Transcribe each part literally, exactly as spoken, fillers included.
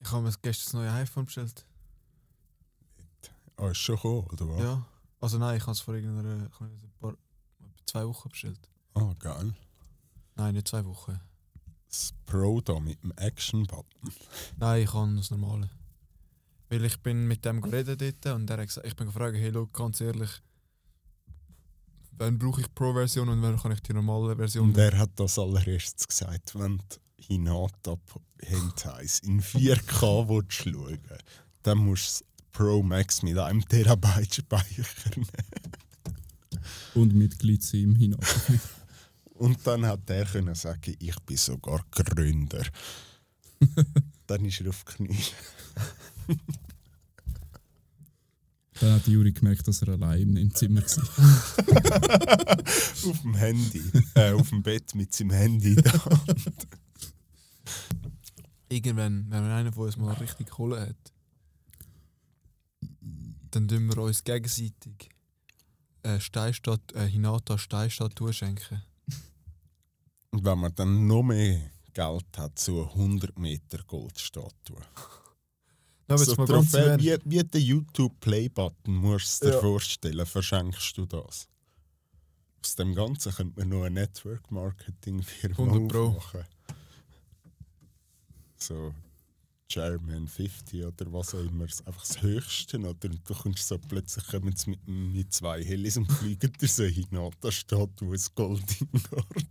Ich habe mir gestern das neue iPhone bestellt. Ah, ist schon gekommen, oder was? Ja. Also nein, ich habe es vor irgendeiner ich habe es ein paar, zwei Wochen bestellt. Ah, geil. Nein, nicht zwei Wochen. Das Pro da mit dem Action-Button. Nein, ich habe das normale. Weil ich bin mit dem geredet dort und der hat gesagt, ich bin gefragt, hey, look, ganz ehrlich, wann brauche ich Pro-Version und wann kann ich die normale Version? Und er hat das allererstes gesagt, wenn du Hinata Hentais in vier K willst schauen, dann musst du das Pro Max mit einem Terabyte speichern. Und mit Glycem hinab. Und dann hat er können sagen, ich bin sogar Gründer. Dann ist er auf die Knie. Dann hat Juri gemerkt, dass er allein im Zimmer war. Auf dem Handy. Äh, auf dem Bett mit seinem Handy da. Irgendwann, wenn einer von uns mal richtig Kohle hat, dann tun wir uns gegenseitig eine Steinstadt, eine Hinata Steinstatue schenken. Und wenn man dann noch mehr Geld hat, so eine hundert Meter Goldstatue. Ja, So mal ganz Trophäe, ernst, wie, wie der YouTube-Play-Button musst du dir Ja. vorstellen, verschenkst du das. Aus dem Ganzen könnte man noch eine Network-Marketing-Firma hundert Pro. aufmachen. So Chairman fünfzig oder was auch immer. Einfach das Höchste. Oder und du kommst so plötzlich kommen sie mit, mit zwei Helis und fliegen dir so hin. Da steht, wo es Gold in Ort.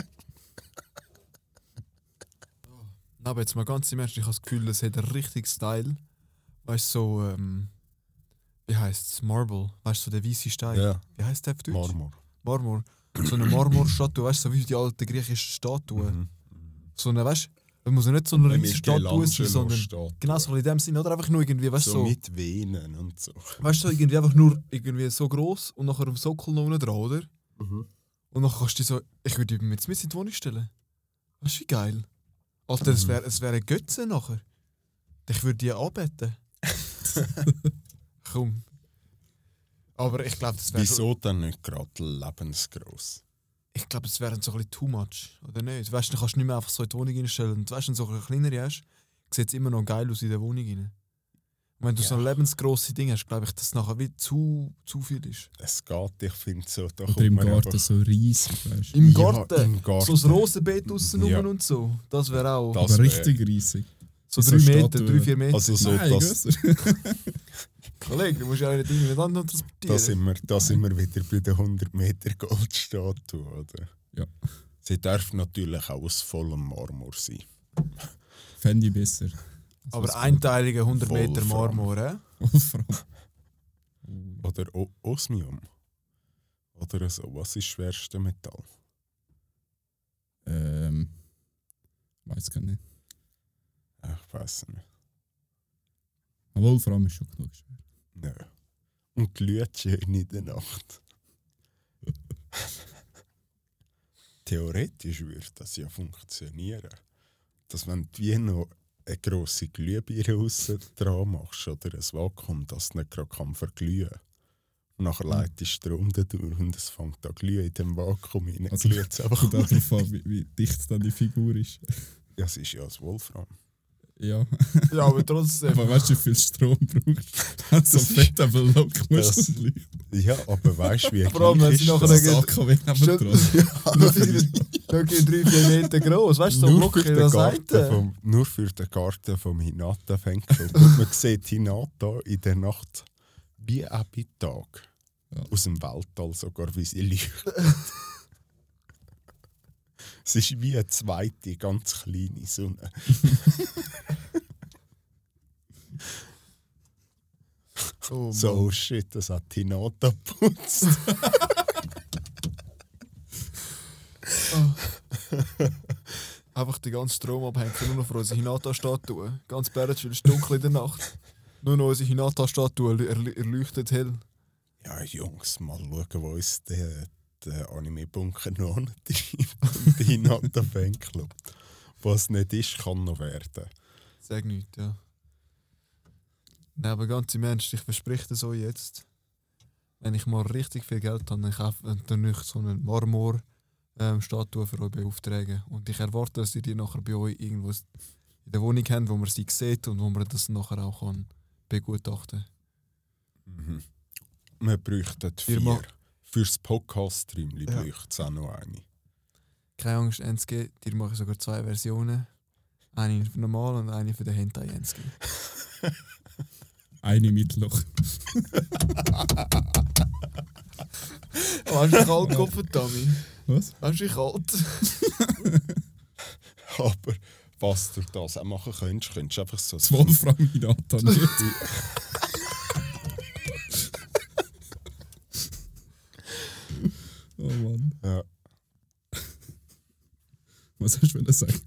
aber jetzt mal ganz im Ernst, ich habe das Gefühl, das hat einen richtigen Style. Weißt du, so, ähm, wie heisst es? Marble. Weißt du, so der weiße Stein. Ja, Wie heisst der auf Deutsch? Marmor. Marmor. So eine Marmorstatue, weißt du, so wie die alten griechischen Statuen. Mhm. So eine, weißt du, muss nicht so eine Eine riesige Statue sein, sondern Michelangelo-Statue. genau so in dem Sinn, oder einfach nur irgendwie, weißt du, So so, mit Venen und so. weißt du, so irgendwie einfach nur irgendwie so gross und nachher am Sockel noch unten dran, oder? Mhm. Und dann kannst du dir so, ich würde mir jetzt mit in die Wohnung stellen. Weißt du, wie geil? Alter, es wäre es wär eine Götze nachher. Ich würde die anbeten. Komm. Aber ich glaube, das wäre. Wieso dann nicht gerade lebensgross? Ich glaube, es wäre so ein bisschen too much, oder nicht? Weißt du, dann kannst du nicht mehr einfach so in die Wohnung reinstellen. Und weißt du, wenn du so eine kleinere hast, sieht es immer noch geil aus in der Wohnung rein. Und wenn du Ja. so ein lebensgrosses Ding hast, glaube ich, dass es nachher wie zu, zu viel ist. Es geht, ich finde so, da Oder kommt im man Garten einfach- so riesig, weißt du. Im Ja, Garten, im Garten. so das Rosenbeet aussen Ja. rum und so. Das wäre auch Das Aber wär- richtig riesig. so so drei Meter, Statue. drei, vier Meter. Also so, Nein, das, grösser. Kollege, du musst ja nicht irgendwie dann transportieren. da, sind wir, da sind wir wieder bei der hundert Meter Goldstatue, oder? Ja. Sie darf natürlich auch aus vollem Marmor sein. Fände ich besser. Aber einteilige hundert Meter Wolfram. Marmor, hä? Wolfram. Oder o Osmium. Oder so. Was ist das schwerste Metall? Ähm. Weiß gar nicht. Ich weiß nicht. Aber Wolfram ist schon genug schwer. Nein. Und glüht schön in der Nacht. Theoretisch würde das ja funktionieren. Dass wenn du wie noch eine grosse Glühbirne aussen dran machst oder ein Vakuum, das nicht gerade kann verglühen kann. Nachher leitest du Strom dadurch und es fängt an glühen in dem Vakuum rein. Also, glüht es einfach Kommt auch aus. darauf an, wie, wie dicht dann die Figur ist. Ja, es ist ja das Wolfram. Ja. Ja, aber trotzdem. Aber weißt du, wie viel Strom brauchst? Dann so Das ist- fett aber lock das- musst du leuchten. Ja, aber weißt du, wie Vor allem, wenn gleich sie ist nachher das? dann- Das A K W Stimmt. nebendran. Nur für die wirklich drei, vier Meter groß. Weißt du, so Nur locker für, in den der Garten Seite. vom, nur für den Garten vom Hinata Fanclub. Und man sieht Hinata in der Nacht wie auch bei Tag. Ja. Aus dem Weltall sogar, wie sie leuchtet. Es ist wie eine zweite, ganz kleine Sonne. Oh, So, Mann. oh shit, das hat Hinata geputzt. Einfach den ganzen Strom abhängen, nur noch für unsere Hinata-Statue. Ganz Bärtschwil ist dunkel in der Nacht. Nur noch unsere Hinata-Statue erl- erleuchtet hell. Ja, Jungs, mal schauen, wo uns der, der Anime-Bunker noch treibt. Und der Hinata Fanclub. Was nicht ist, kann noch werden. Sag nichts, ja. Nein, aber ganz im Ernst, ich verspreche das euch jetzt. Wenn ich mal richtig viel Geld habe, dann kaufe dann ich so eine Marmor-Statue für euch beauftragen. Und ich erwarte, dass ihr die nachher bei euch irgendwo in der Wohnung haben, wo man sie sieht und wo man das nachher auch kann begutachten kann. Mhm. Wir bräuchten Wir vier. ma- Fürs Podcast-Streamli Ja. bräuchte es auch noch eine. Keine Angst, N S G, dir mache ich sogar zwei Versionen. Eine für normal und eine für den Hentai N S G. Eine mit Loch. Oh, hast du dich kalt geopfert, Tommy? Was? Hast du dich kalt? Aber was du das auch machen könntest, könntest du einfach so... Das Wolfram Hinata nicht. Oh Mann. Ja. Was hast du wollen sagen?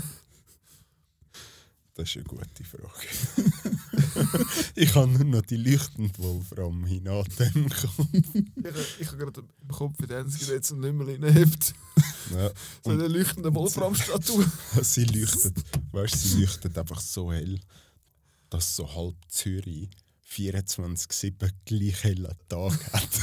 Das ist eine gute Frage. Ich habe nur noch die leuchtende Wolfram Hinata im Kopf. Ich, ich habe gerade im Kopf, wie der N S G jetzt ein Nümmerl reinhebt. Ja. So eine leuchtende Wolfram-Statue. Sie leuchtet, weißt, sie leuchtet einfach so hell, dass so halb Zürich vierundzwanzig sieben gleich hellen Tag hat.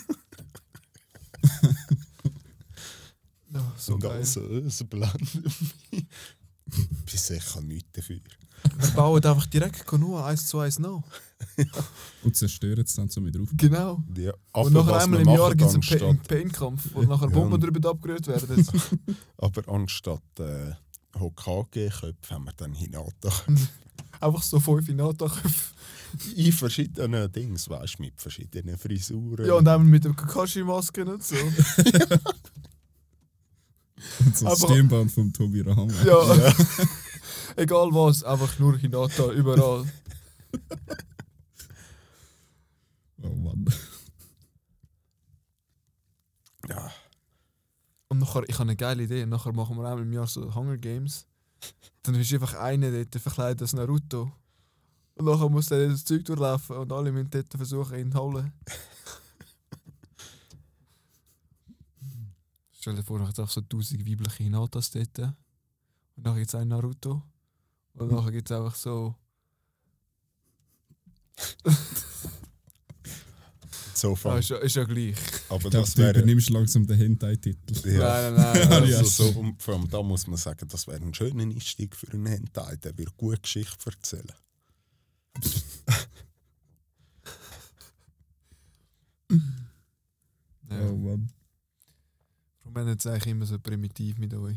Ja, so Und geil. also, es blendet mich. Bis ich kann nichts dafür. Wir bauen einfach direkt nur eins zu eins nach. Und zerstören es dann so mit drauf. Genau. Ja. Und Aber nachher was einmal wir im Jahr machen, gibt es einen Pa- einen anstatt, Pain-Kampf, wo nachher Ja. Bomben drüber abgerührt werden. aber anstatt äh, Hokage-Köpfe haben wir dann Hinata. Einfach so fünf Hinata-Köpfe. In verschiedenen Dings, weißt du, mit verschiedenen Frisuren. Ja, und dann mit der Kakashi-Maske und so. Und so das Aber- Stirnband vom Tobi Rahman. Ja. Ja. Egal was, einfach nur Hinata überall. Oh Mann. Ja. Und nachher, ich habe eine geile Idee. Nachher machen wir einmal im Jahr so Hunger Games. Dann ist einfach einer dort verkleidet als Naruto. Und nachher muss der das Zeug durchlaufen und alle müssen dort versuchen, ihn zu holen. Stell dir vor, nachher gibt es auch so tausend weibliche Hinatas dort. Und nachher gibt es einen Naruto. Und nachher gibt es einfach so. So Ah, fun. ist, ja, ist ja gleich. Aber Ich glaube, das du wäre. übernimmst langsam den Hentai-Titel. Ja. Nein, nein, nein. Ja. Also so, und vor allem da muss man sagen, das wäre ein schöner Einstieg für einen Hentai. Der würde gute Geschichte erzählen. Ja. Oh Mann. Warum bin ich eigentlich immer so primitiv mit euch?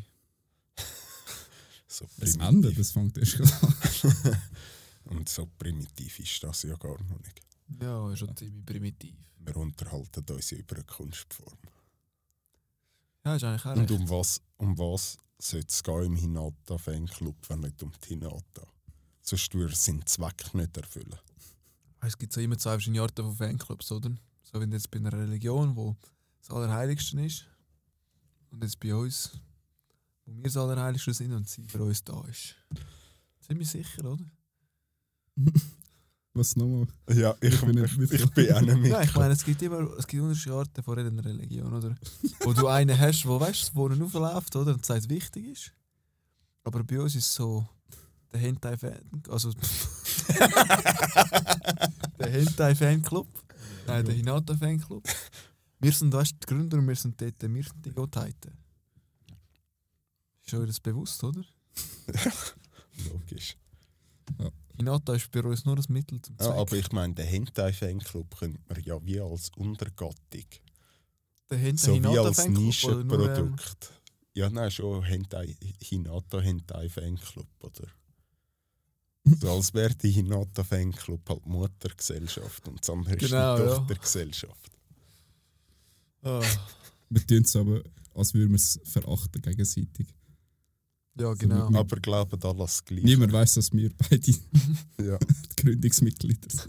So Das primitiv. Ende, das fängt erst gerade an. Und so primitiv ist das ja gar noch nicht. Ja, ist schon ziemlich primitiv. Wir unterhalten uns ja über eine Kunstform. Ja, ist eigentlich auch Und recht. um was, um was sollte es gehen im Hinata-Fanclub, wenn nicht um die Hinata? Sonst würde er seinen Zweck nicht erfüllen. Es gibt so immer zwei verschiedene Arten von Fanclubs, oder? So wie jetzt bei einer Religion, wo das Allerheiligste ist. Und jetzt bei uns, wo wir das Allerheiligste sind und sie für uns da ist. Ziemlich sicher, oder? Was nochmal? Ja, ich, Ich bin nicht ich, mit- ich bin auch nicht mit. Ja, ich meine, es gibt immer es gibt unterschiedliche Arten von einer Religion, oder? Wo du einen hast, der weißt, wo er aufläuft, oder? Und sagt, wichtig ist. Aber bei uns ist so der Hentai-Fan, also der Hentai-Fanclub, nein, der Hinata-Fanclub. Wir sind, weißt du, die Gründer und wir sind dort, wir sind die Gottheiten. Ist euch das bewusst, oder? Logisch. Hinata ist bei uns nur das Mittel zum Zweck. Ja, aber ich meine, den Hentai-Fanclub könnte man ja wie als Untergattung, der Hentai so wie als Hinata-Fanclub, oder nur, ähm, Nischenprodukt. Ja, nein, schon Hentai, Hinata-Hentai-Fanclub, oder? So als wäre die Hinata-Fanclub halt Muttergesellschaft und das andere Genau, ist die ja. Tochtergesellschaft. ah, Wir tun es aber, als würden wir es verachten gegenseitig. ja, genau. mit- Aber glauben alle das Gleiche. Niemand weiß, dass wir beide Ja. die Gründungsmitglieder sind.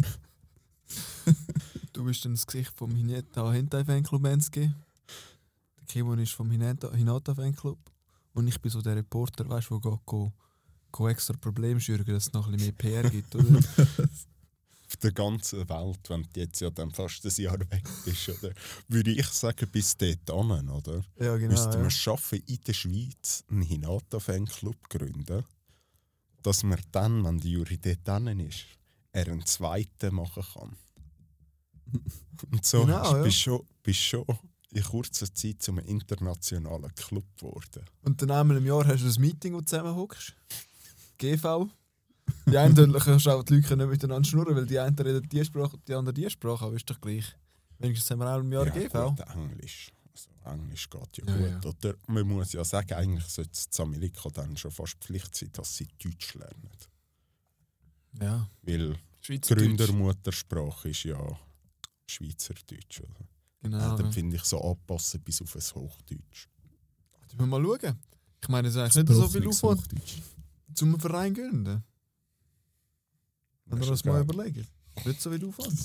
Du bist dann das Gesicht vom Hinata Hentai Fanclub N S G. Der Kimon ist vom Hinata, Hinata Fanclub. Und ich bin so der Reporter, weißt du, der geht go, go extra Probleme schüren, dass es noch ein bisschen mehr P R gibt, oder? Auf der ganzen Welt, wenn du jetzt ja dann fast ein Jahr weg bist, oder? Würde ich sagen, bis dort an, oder? Ja, genau. Müssten wir Ja. es schaffen, in der Schweiz einen Hinata-Fanclub gründen, dass man dann, wenn die Jury dort drin ist, er einen zweiten machen kann. Und so Genau, hast- ja. bist du schon, bist schon in kurzer Zeit zu einem internationalen Club geworden. Und dann einmal im Jahr hast du ein Meeting, wo du zusammen hockst. G V. Die einen kannst du auch die Leute nicht miteinander schnurren, weil die einen reden die Sprache, die anderen die Sprache, aber ist doch gleich. Wenigstens haben wir auch im Jahr ja, G V. Gut, Englisch. Also Englisch geht ja, Ja, gut. ja. Oder man muss ja sagen, eigentlich sollte es in Amerika dann schon fast Pflicht sein, dass sie Deutsch lernen. Ja. Weil Schweizerdeutsch. Gründermuttersprache ist ja Schweizerdeutsch. Oder? Genau. Ja, dann Ja. finde ich so anpassen bis auf ein Hochdeutsch. Da müssen wir mal schauen. Ich meine, es ist eigentlich nicht so viel Bruchniges Aufwand, Hochdeutsch. um einen Verein zu gründen. Wenn wir Das das ist mal geil. überlegen. Nicht so viel Aufwand.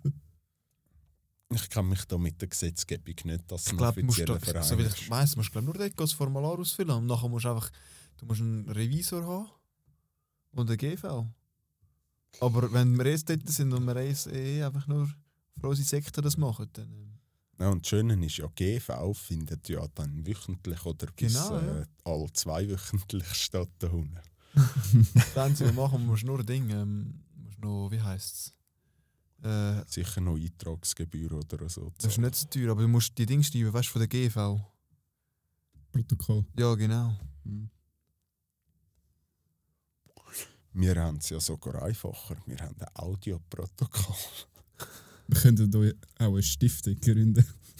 Ich kenne mich da mit der Gesetzgebung nicht, dass es Ich ein glaube, musst du, offizieller Verein so wie ist. ich weiss, musst du glaub, nur dort das Formular ausfüllen und nachher musst du einfach du musst einen Revisor haben und einen G V. Aber wenn wir jetzt dort sind und wir jetzt eh einfach nur für unsere Sekte das machen, dann... ähm, Ja, und das Schöne ist ja, G V findet ja dann wöchentlich oder bis Genau, ja. äh, all zwei wöchentlich statt. Da unten. Dann sie machen, musst du nur ein Ding, ähm, musst noch, wie heisst es? Äh, Sicher noch Eintragsgebühr oder so. das ist nicht so teuer, aber du musst die Dinge schreiben, weißt du, von der G V. Protokoll. Ja, genau. Mhm. Wir haben es ja sogar einfacher. Wir haben ein Audioprotokoll. Wir könnten hier auch eine Stiftung gründen.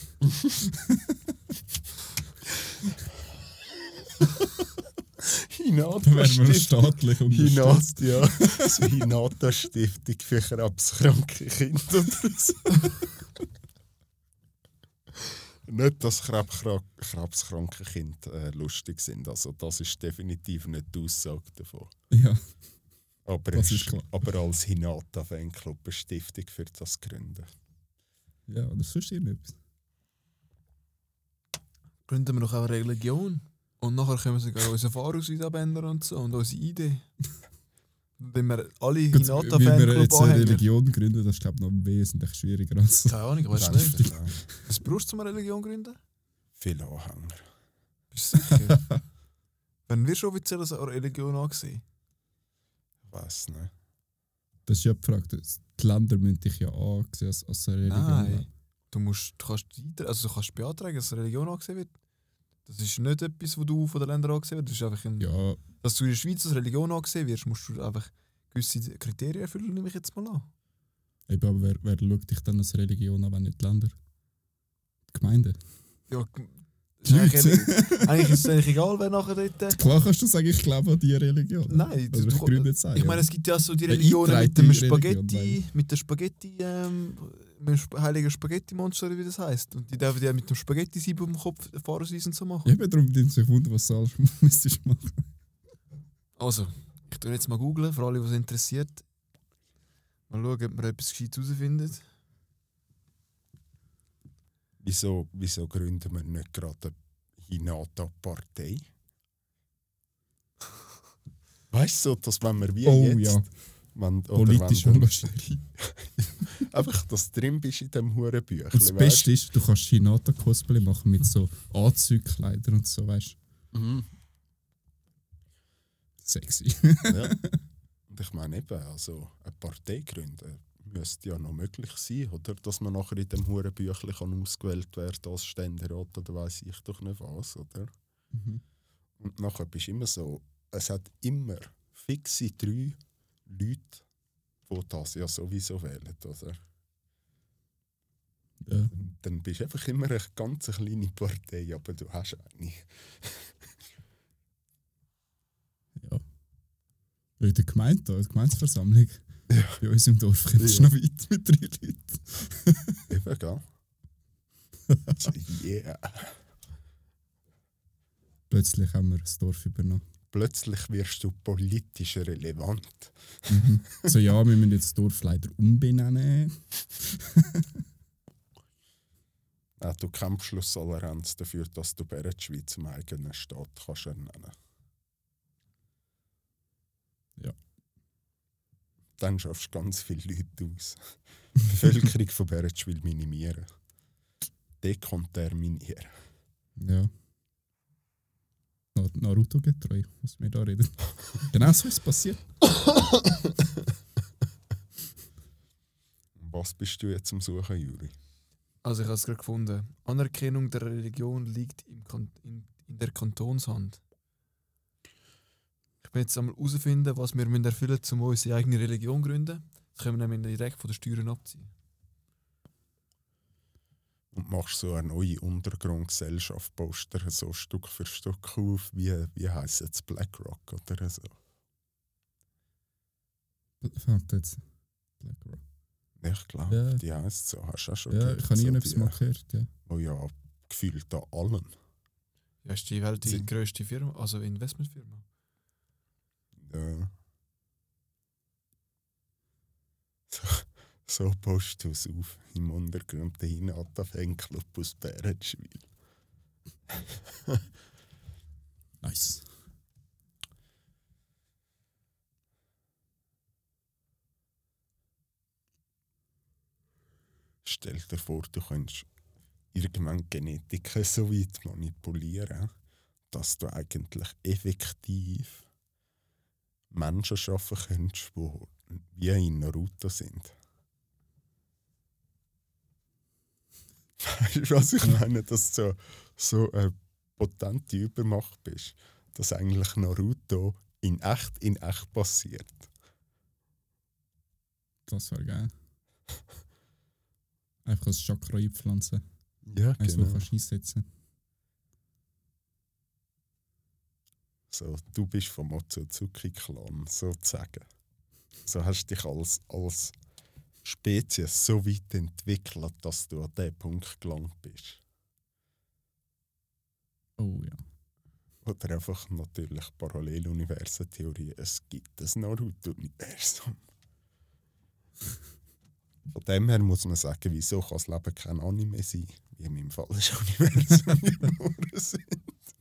Dann wären wir staatlich unterstützt. Hinata, ja. So Hinata-Stiftung für krebskranke Kinder oder so. Nicht, dass krebskrank- krebskranke Kinder äh, lustig sind. Also das ist definitiv nicht die Aussage davon. Ja, Aber, Das es ist klar. aber als Hinata-Fanclub eine Stiftung für das gründen. ja, das ist irgendetwas. Gründen wir doch auch eine Religion. Und nachher können wir sogar unseren Fahrausweis abändern und so und unsere Idee. Wenn wir alle Gut, wie wir Hinata-Fanclub jetzt eine anhängen. Religion gründen, das ist glaube ich noch wesentlich schwieriger als Keine Ahnung, ich weiß Dann nicht. ist das auch Was brauchst du, um eine Religion zu gründen? Viele Anhänger. Bist du sicher? Wenn wir schon offiziell als eine Religion angesehen? Ich weiss nicht. Das ist ja die Frage. Die Länder müssen dich ja ansehen als, als eine Religion. Nein. Du, musst, du, kannst, weiter- also du kannst beantragen, dass eine Religion angesehen wird. Das ist nicht etwas, was du von den Ländern angesehen wird. Das ist einfach ein, Ja, dass du in der Schweiz als Religion angesehen wirst, musst du einfach gewisse Kriterien erfüllen, nehme ich jetzt mal an. eben, aber wer, wer schaut dich dann als Religion an, wenn nicht die Länder? Die Gemeinden. Ja, Die ist eigentlich, Leute. eigentlich ist es eigentlich egal, wer nachher dort... Klar kannst du sagen, ich glaube an diese Religion. Nein, Also du, ich gründe jetzt ich meine, es gibt ja so die Eine Religionen mit eingetragene dem Religion, Spaghetti, mit der Spaghetti, ähm, mit dem Sp- heiligen Spaghetti-Monster, oder wie das heisst. Und die dürfen ja mit dem Spaghetti-Sieb um den Kopf Fahrausweis und so machen. Ja, eben darum nimmt sich Wunder, was du alles müsstest machen. Also, ich tue jetzt mal googlen, für alle, die es interessiert. Mal schauen, ob wir etwas Gescheites herausfinden. Wieso, wieso gründen wir nicht gerade eine Hinata-Partei? Weißt du, so, dass wenn wir wie Oh jetzt... ja, Wenn, oder politisch wenn du engagiert. einfach, dass du drin bist in diesem Hurenbüchlein. Und das Beste ist, du kannst Hinata-Cosplay machen mit so Anzugkleidern und so, weißt du. Mhm. Sexy. Ja. Und ich meine eben, also eine Partei gründen müsste ja noch möglich sein, oder? Dass man nachher in dem Hurenbüchlein kann ausgewählt werden als Ständerat oder weiss ich doch nicht was, oder? Mhm. Und nachher bist du immer so, es hat immer fixe drei Leute, die das ja sowieso wählen, oder? Ja. Und dann bist du einfach immer eine ganz kleine Partei, aber du hast eine. Ja. Ja, in der Gemeinde, da, die Gemeindeversammlung. Ja. Bei uns im Dorf geht es Ja. noch weit mit drei Leuten. Eben, gell? So, yeah. Plötzlich haben wir das Dorf übernommen. Plötzlich wirst du politisch relevant. Mhm. So, ja, wir müssen jetzt das Dorf leider umbenennen. Äh, du kämpfst Schlusstoleranz dafür, dass du Bärenschweiz zum eigenen Staat kannst ernennen. Ja. Dann schaffst du ganz viele Leute aus. Die Bevölkerung von Bärenschwil minimieren. Dekonterminieren. Ja. Na- Naruto-getreu, was wir da reden. Genau so ist es passiert. Was bist du jetzt am Suchen, Juri? Also ich habe es gerade gefunden. Anerkennung der Religion liegt im Kon in, in der Kantonshand. Ich bin jetzt einmal herausfinden, was wir erfüllen müssen, um unsere eigene Religion zu gründen. Das können wir nämlich direkt von den Steuern abziehen. Und machst so eine neue Untergrundgesellschaft, baust dir so Stück für Stück auf, wie, wie heisst es, BlackRock oder so. Warte jetzt. BlackRock. Ich glaube, Ja. die heisst so. Hast du auch schon Ja, gehört? ich habe nie so etwas die- mal gehört. Ja. Oh ja, gefühlt an allen. Ja, ist die Welt die Sie- grösste Firma, also Investmentfirma. Ja. So, so baust du es auf im Untergrund der Hinata-Fanclub aus Bärenschwil. Nice. Stell dir vor, du kannst irgendwann Genetik so weit manipulieren, dass du eigentlich effektiv Menschen schaffen könntest, die wie in Naruto sind. Weißt du, was ich meine? Dass du so, so eine potente Übermacht bist, dass eigentlich Naruto in echt, in echt passiert. Das wäre geil. Einfach ein Chakra einpflanzen. Ja, Eins, genau. wo kannst du einsetzen. So, du bist vom Otsutsuki-Clan, sozusagen. So hast du dich als, als Spezies so weit entwickelt, dass du an diesen Punkt gelangt bist. Oh ja. Oder einfach natürlich Paralleluniversentheorie. Es gibt ein Naruto-Universum. Von dem her muss man sagen, wieso kann das Leben kein Anime sein, wie in meinem falschen Universum geboren sind.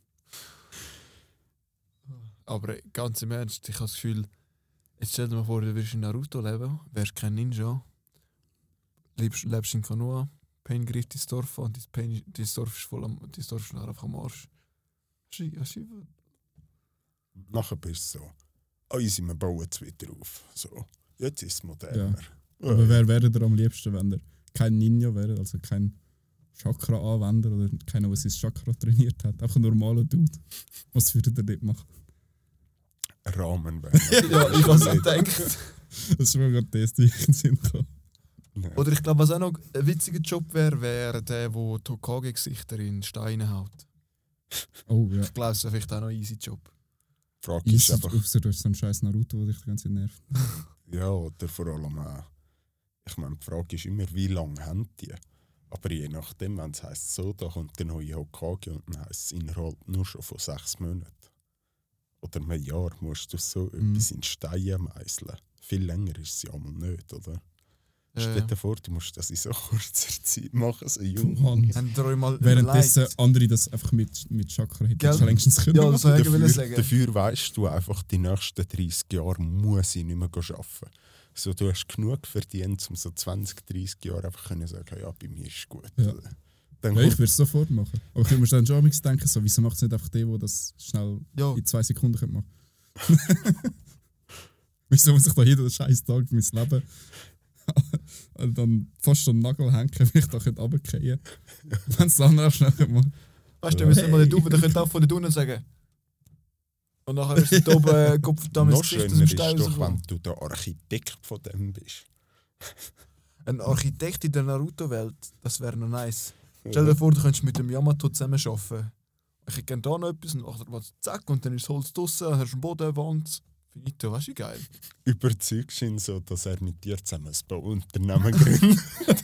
Aber ganz im Ernst, ich habe das Gefühl, jetzt stell dir mal vor, du würdest in Naruto leben, wärst kein Ninja, lebst, lebst in Konoha, Pain greift dein Dorf an, dein, Pain, dein Dorf ist voll am, dein Dorf ist nachher einfach am Arsch. Hast du- hast du- Nachher bist du so, ah, easy, wir bauen es wieder auf. So, jetzt ist es moderner. Aber wer wäre der am liebsten, wenn er kein Ninja wäre, also kein Chakra-Anwender oder keiner, der sein Chakra trainiert hat? Einfach ein normaler Dude. Was würde der nicht machen? Rahmen wäre. Ja, ich habe es gedacht. Das ist mir gerade das, die ich in den Sinn kam. Nein. Oder ich glaube, was auch noch ein witziger Job wäre, wäre der, der Tokage-Gesichter in Steine haut. Oh ja. Ich glaube, das wäre vielleicht auch noch ein easy Job. Die Frage ist Easy, einfach, außer du hast so einen scheiß Naruto, der dich die ganze Zeit nervt. ja, oder vor allem auch, ich meine, die Frage ist immer, wie lange haben die? Aber je nachdem, wenn es heisst, so, da kommt der neue Hokage und dann heisst es innerhalb nur schon von sechs Monaten. Oder einem Jahr musst du so Mhm. etwas in Steine meißeln. Viel länger ist es ja mal nicht, oder? Stell Äh, dir vor, du musst das in so kurzer Zeit machen, so jung. Mann. habt ihr euch mal Währenddessen überlegt? andere das einfach mit, mit Chakra hätten Gell? schon längstens können. Ja, das wollte ich Dafür, wollte sagen. dafür weisst du einfach, die nächsten dreißig Jahre muss ich nicht mehr arbeiten. So, du hast genug verdient, um so zwanzig, dreißig Jahre einfach können sagen, ja, bei mir ist es gut. Ja. Dann Ja, ich kommt- würde es sofort machen. Aber ich würde mir dann schon manchmal denken, so, wieso macht es nicht einfach der, der das schnell Ja, in zwei Sekunden könnte machen Wieso muss ich da jeden scheiß Tag mein Leben und dann fast an den Nagel hängen, wenn ich da runterfallen könnte? Wenn es dann auch schnell machen. weißt du, wir müssen mal nicht oben, der könnte auch von der unten sagen. Und nachher ist da oben äh, Kopf da mit noch dem Gesicht aus schöner dem ist Stein doch, rausgekommen. wenn du der Architekt von dem bist. Ein Architekt in der Naruto-Welt, das wäre noch nice. Stell dir vor, du könntest mit dem Yamato zusammen arbeiten. Ich hätte gerne da noch etwas und nachher was zack und dann ist das Holz draussen, dann hast du einen Boden, Wand. Finito, weißt du, wie geil? Überzeugst ihn so, dass er mit dir zusammen ein Bauunternehmen gründet.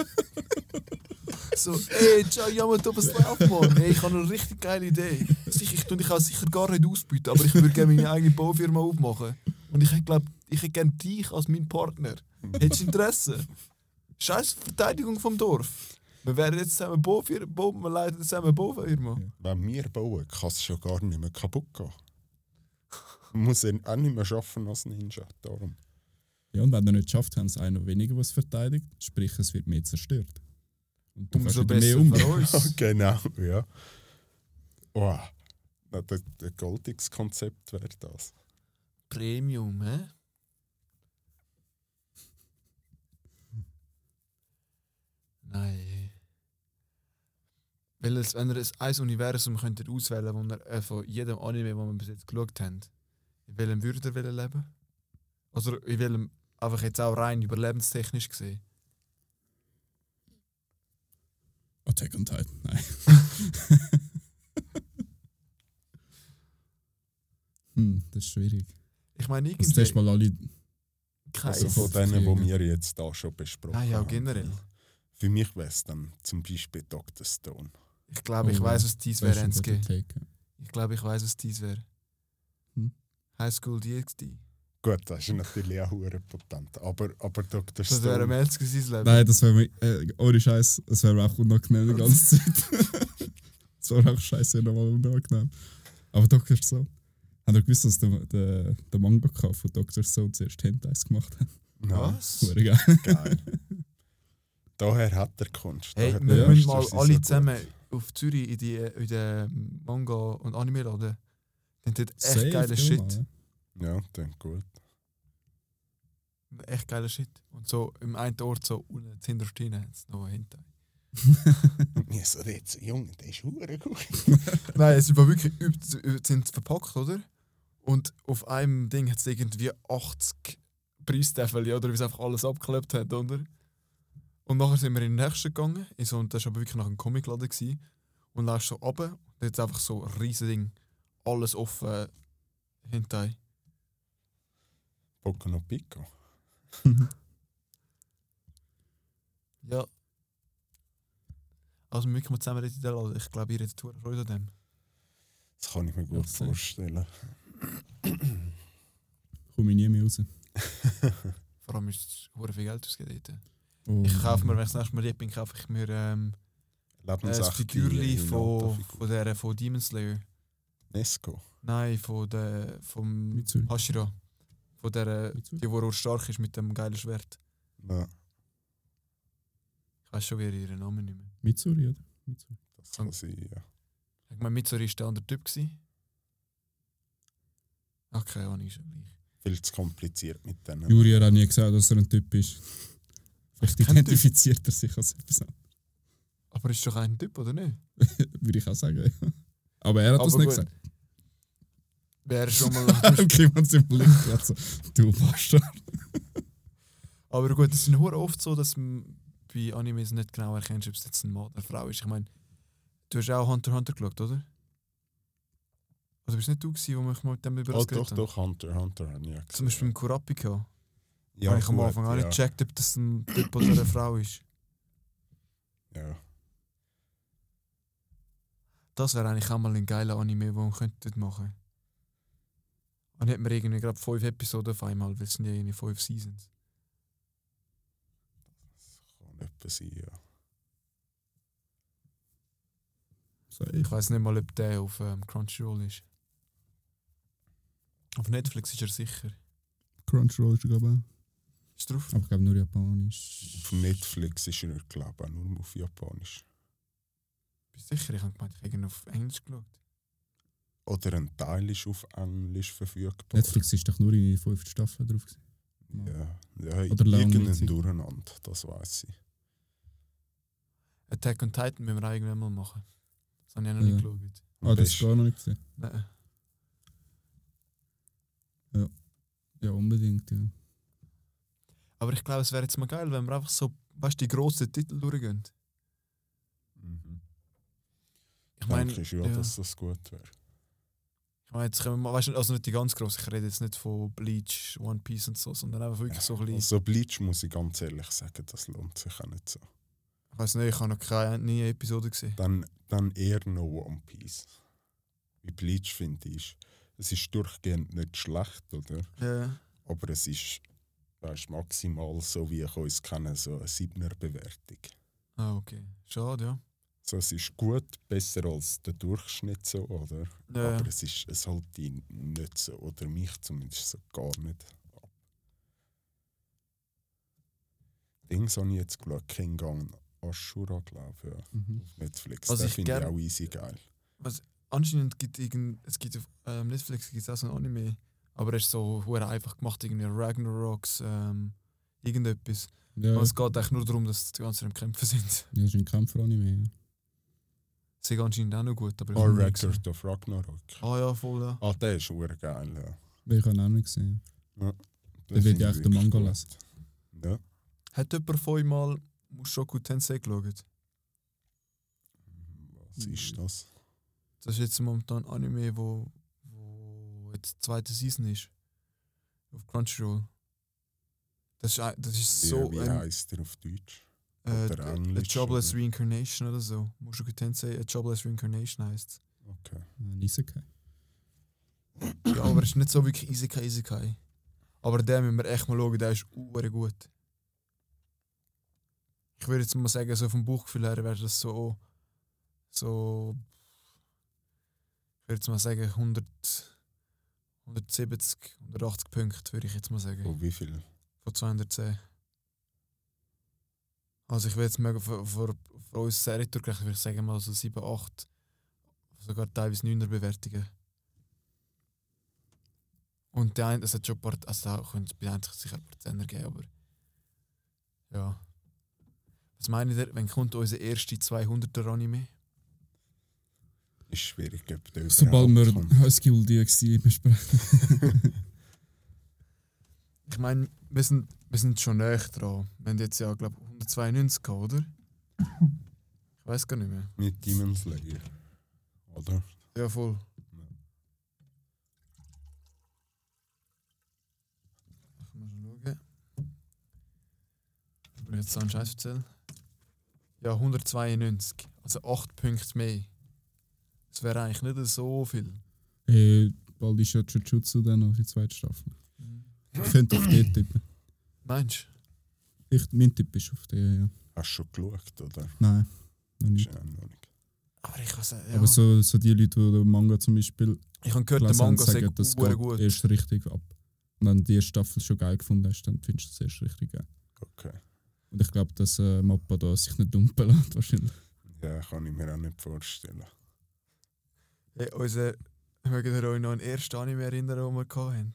So, ey, ciao Yamato, was läuft, Mann? Hey, ich habe eine richtig geile Idee. Sicher, ich tue dich auch sicher gar nicht ausbieten, aber ich würde gerne meine eigene Baufirma aufmachen. Und ich glaube, ich hätte gerne dich als meinen Partner. Hättest du Interesse? Scheiß Verteidigung vom Dorf. Wir werden jetzt zusammen Baufirma, Bau, wir leiten zusammen eine Baufirma. Wenn wir bauen, kann es schon gar nicht mehr kaputt gehen. Man muss ihn auch nicht mehr arbeiten als Ninja. Darum. Ja, und wenn er nicht schafft, haben es einer weniger, was verteidigt. Sprich, es wird mehr zerstört. Und du kannst Umso wieder mehr besser umgehen. für uns. Genau, ja. Oh, das Goldix-Konzept wäre das. Premium, hä? Nein. Weil es, wenn ihr ein, ein Universum könntet auswählen könntet, wo ihr äh, von jedem Anime, den wir bis jetzt geschaut haben, In welchem würde ihr wollen leben? Also in welchem, einfach jetzt auch rein überlebenstechnisch gesehen. Attack on Titan, nein. hm, das ist schwierig. Ich meine, Das irgendwie... ist mal alle... Kein- Also von denen, die wir jetzt da schon besprochen Ah ja, haben. generell. Für mich wäre es dann zum Beispiel Doktor Stone. Ich glaube, ich Oh, weiß, ja. was dies Das ist wäre, ein guter Enske. Take, ja. Ich glaube, ich weiß, was dies wäre. Hm? High School D X D. Gut, das ist natürlich auch hure potent. Aber, aber Doktor Das wäre Stone. Melzke sein Leben. Nein, das wäre mir... Äh, ohne Scheiß, das wäre mir auch unangenehm die ganze Zeit. Das wäre auch scheiße nochmal unangenehm. Aber Doktor Stone... Habt ihr gewusst, dass der, der, der Mangaka von Doktor Stone zuerst Hentais gemacht hat? Nein, Was? Hure geil. geil. Daher hat er Kunst. Hey, Daher wir der müssen Meister mal sein alle so gut. zusammen auf Zürich in die in den Manga- und Anime-Laden. Die haben dort echt Safe, geiler geh Shit. mal, ja. Ja, dann gut. Echt geiler Shit. Und so im einen Ort, so unten hinter Stine, hat es noch hinter. Und mir so jetzt, Junge, der ist hure gut. Nein, es war wirklich übt, sind verpackt, oder? Und auf einem Ding hat es irgendwie achtzig Preistäfel, oder wie es einfach alles abgeklebt hat, oder? Und nachher sind wir in den nächsten gegangen, in so, das war aber wirklich nach einem Comicladen gewesen. Und dann so runter, und jetzt einfach so ein riesen Ding, alles offen hinter. Poco no Pico. Ja. Also wir wirklich mal zusammen in den Laden. Ich glaube, ihr hättet eine Freude an dem. Das kann ich mir gut Ja, safe. vorstellen. Komme ich nie mehr raus. Vor allem ist es verdammt viel Geld ausgegeben. Oh, Ich kaufe mir, wenn ich das nächste Mal dort bin, kaufe ich mir ähm, ein Lebensechte Figürli von, Hinata-Figur. von, der, von Demon Slayer. Nesco. Nein, von der, vom Mitsuri. Hashira. Von der, Mitsuri? die, die auch stark ist mit dem geilen Schwert. Ja, Ich weiß schon wieder ihren Namen nicht mehr. Mitsuri, oder? Mitsuri. das kann sein, ja. Ich meine, Mitsuri war der andere Typ. Gewesen. Ach, keine Ahnung, ist ja gleich. Viel zu kompliziert mit denen. Juri hat auch nie gesagt, dass er ein Typ ist. Vielleicht Kein Typ. identifiziert er sich als etwas anderes. Aber ist doch ein Typ, oder nicht? Würde ich auch sagen. Ja. Aber er hat das Aber nicht gut. gesagt. Wäre schon mal. Okay, man sich überlegt, also, du Bastard. Aber gut, es ist hure oft so, dass du bei Animes nicht genau erkennst, ob es jetzt ein Mann oder eine Frau ist. Ich meine, du hast auch Hunter x Hunter geschaut, oder? Also bist nicht du gewesen, wo mich mal mit dem über Oh, das doch, geredet haben? doch, Hunter, Hunter habe ich ja Zum Beispiel im Kurapika. Ja, habe ich am gut, Anfang auch ja. nicht gecheckt, ob das ein Typ oder eine Frau ist. Ja. Das wäre eigentlich auch mal ein geiler Anime, den man könnte machen. Und hätten wir irgendwie gerade fünf Episoden auf einmal, weil es sind ja irgendwie fünf Seasons. Kann etwa sein, ja. So, ich. Ich weiß nicht mal, ob der auf ähm, Crunchyroll ist. Auf Netflix ist er sicher. Crunchyroll ist, glaube ich, auch. Ist drauf? Aber ich glaube nur Japanisch. Auf Netflix ist er, glaube ich, nur auf Japanisch. Bist du sicher? Ich habe gemeint, ich habe irgendwie auf Englisch geschaut. Oder ein Teil ist auf Englisch verfügbar. Netflix ist doch nur in die fünfte Staffel drauf gewesen. Ja, ja Oder lange irgendein Zeit. Durcheinander, das weiß ich. Attack on Titan müssen wir irgendwann mal machen. Das habe ich noch Ja. nicht geschaut. Ah, das ist gar noch nicht gesehen. Nein. Ja, unbedingt, ja. Aber ich glaube, es wäre jetzt mal geil, wenn wir einfach so, weißt du, die grossen Titel durchgehen. Mhm. Ich meine, Denke ich ja, ja. dass das gut wäre. Ich meine, jetzt können wir mal, weißt du, also nicht die ganz grossen, ich rede jetzt nicht von Bleach, One Piece und so, sondern einfach wirklich so ein bisschen. Also Bleach, muss ich ganz ehrlich sagen, das lohnt sich auch nicht so. Ich weiß nicht, ich habe noch keine, nie eine Episode gesehen. Dann, dann eher noch One Piece. Wie Bleach finde ich, es ist durchgehend nicht schlecht, oder? Ja. Aber es ist, weißt, maximal so wie ich uns kenne, so eine siebener Bewertung. Ah, okay. Schade, ja. So, es ist gut, besser als der Durchschnitt so, oder? Ja, Aber ja. es ist, es hält ihn nicht so, oder mich zumindest so gar nicht ab. Dings habe ich jetzt geschaut, Kengan Ashura, glaube ich, ja. Mhm. Auf Netflix. Was Den ich finde ich gern- auch easy geil. Anscheinend gibt irgend, es gibt auf ähm, Netflix gibt's auch so ein Anime, aber es ist so hure einfach gemacht, irgendwie Ragnaroks, ähm, irgendetwas. Ja, Aber es geht eigentlich nur darum, dass die ganzen am Kämpfen sind. das ist ein Kämpfer-Anime. Ja. Das ist anscheinend auch noch gut, aber ich Oh, habe noch nie gesehen. Record of Ragnarok. Ah ja, voll, ja. Ah, der ist ur geil, ja. Weil ich habe auch nicht gesehen. Ja, Dann will ich echt den Manga lesen. Ja. Hat jemand von euch mal Mushoku Tensei geschaut? Was ist das? Das ist jetzt momentan ein Anime, wo, wo jetzt die zweite Season ist. Auf Crunchyroll. Das ist, ein- das ist so wie wie ein heisst der auf Deutsch? äh, oder A Englisch, Jobless oder? Reincarnation oder so. Mushoku Tensei, A Jobless Reincarnation heisst Okay. Ein Isekai. Ja, aber es ist nicht so wirklich Isekai Isekai. Aber den müssen wir echt mal schauen, der ist uber gut. Ich würde jetzt mal sagen, so vom Bauchgefühl her wäre das so. so. Ich würde jetzt mal sagen, hundert, hundertsiebzig, hundertachtzig Punkte, würde ich jetzt mal sagen. Von wie viel? Von zweihundertzehn. Also ich will jetzt mal für, für, für uns Serie durchgerechnet, würde ich sagen mal so sieben, acht, sogar teilweise neuner Bewertungen. Und der eine, es hat schon ein paar, also da könnte es bei einem sicher ein paar Zehner geben, aber ja. Was meint ihr, wenn kommt unser erster zweihunderter-Anime? Ist schwierig, ob der Sobald wir überhaupt kommt. High School D X D besprechen. Ich meine, wir sind, wir sind schon näher dran. Wir haben jetzt ja, glaube ich, hundertzweiundneunzig gehabt, oder? Ich weiß gar nicht mehr. Mit Demon Slayer. Oder? Ja, voll. Ja. Ich muss mal schauen. Ich will jetzt so einen Scheiß erzählen. Ja, hundertzweiundneunzig. Also acht Punkte mehr. Das wäre eigentlich nicht so viel. Hey, bald ist ja Jujutsu dann noch die zweite Staffel. Ich könnte auf den tippen. Meinst Ich, mein Tipp ist auf den, ja. Hast du schon geschaut, oder? Nein, noch Ist nicht. ja noch nicht. du? Aber ich weiß ja. Aber so, so die Leute, die den Manga zum Beispiel Ich habe gehört, der gelesen haben, Manga sei sagen, das sehr geht gut. erst richtig ab. Und wenn du die erste Staffel schon geil gefunden hast, dann findest du das erst richtig geil. Okay. Und ich glaube, dass äh, Mappa da sich nicht dumpen lässt, wahrscheinlich. Ja, kann ich mir auch nicht vorstellen. Hey, unser, mögt ihr euch noch an den ersten Anime erinnern, den wir hatten?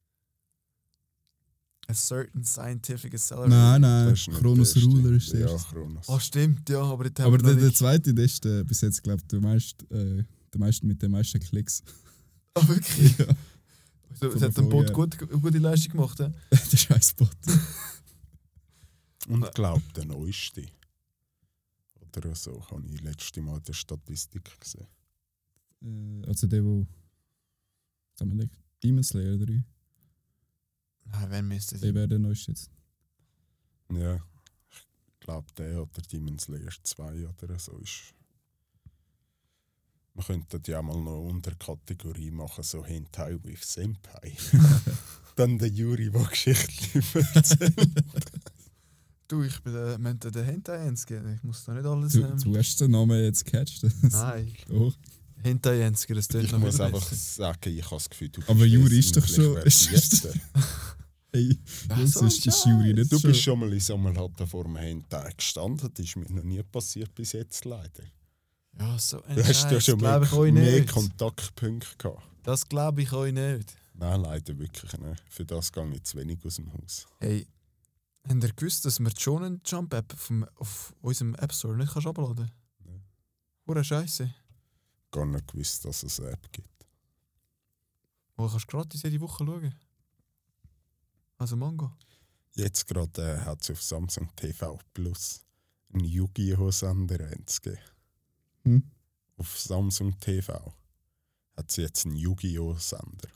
A Certain Scientific Accelerator. Nein, nein, Das ist nicht Chronos der erste. Ruler ist der Ja, erste. Chronos. Ah, stimmt, ja, aber dort haben Aber wir der, noch der nicht... zweite, der ist der, bis jetzt, glaube ich, der meiste, äh, der meiste mit den meisten Klicks. Ah, wirklich? Ja, So, Von das hat der ein Bot Folge gut, gute Leistung gemacht. He? der Scheißbot. Und ich glaube, der neueste. Oder so, habe ich letzte Mal die Statistik gesehen. Äh, also der, wo. Sagen wir nicht, Demon Slayer drei. Nein, wer müsste Der sie? wäre der neueste jetzt. Ja, ich glaube, der oder Demon Slayer zwei oder so ist. Wir könnten ja mal noch eine Unterkategorie machen, so Hentai with Senpai. Dann der Juri, der Geschichten erzählt. Du, ich bin der, wir haben den Hentai-Ensker. Ich muss da nicht alles... Du, Ähm, du hast den Namen jetzt gecatcht. nein, Oh. Hentai-Ensker, das tönt Ich noch muss viel einfach besser. sagen, ich habe das Gefühl, du bist Aber Juri ist doch wesentlich schon- versierter. Hey, Ja, Jungs, so ist ein die Jury nicht Du schon. bist schon mal in so einem Laden vor einem Hentai gestanden. Das ist mir noch nie passiert bis jetzt leider. Ja, so ein Du hast ja Scheiß, schon mehr, glaube ich euch mehr nicht. Kontaktpunkte gehabt. Das glaube ich euch nicht. Nein, leider wirklich nicht. Für das gehe ich zu wenig aus dem Haus. Hey, habt ihr gewusst, dass man die Shonen Jump App vom, auf unserem App Store nicht kannst abladen kannst? Nein. Hure Scheiße. Gar nicht gewusst, dass es eine App gibt. Wo kannst du gratis jede Woche schauen. Also Manga. Jetzt gerade äh, hat es auf Samsung T V Plus einen Yu-Gi-Oh! Sender gegeben. Hm? Auf Samsung T V hat es jetzt einen Yu-Gi-Oh! Sender.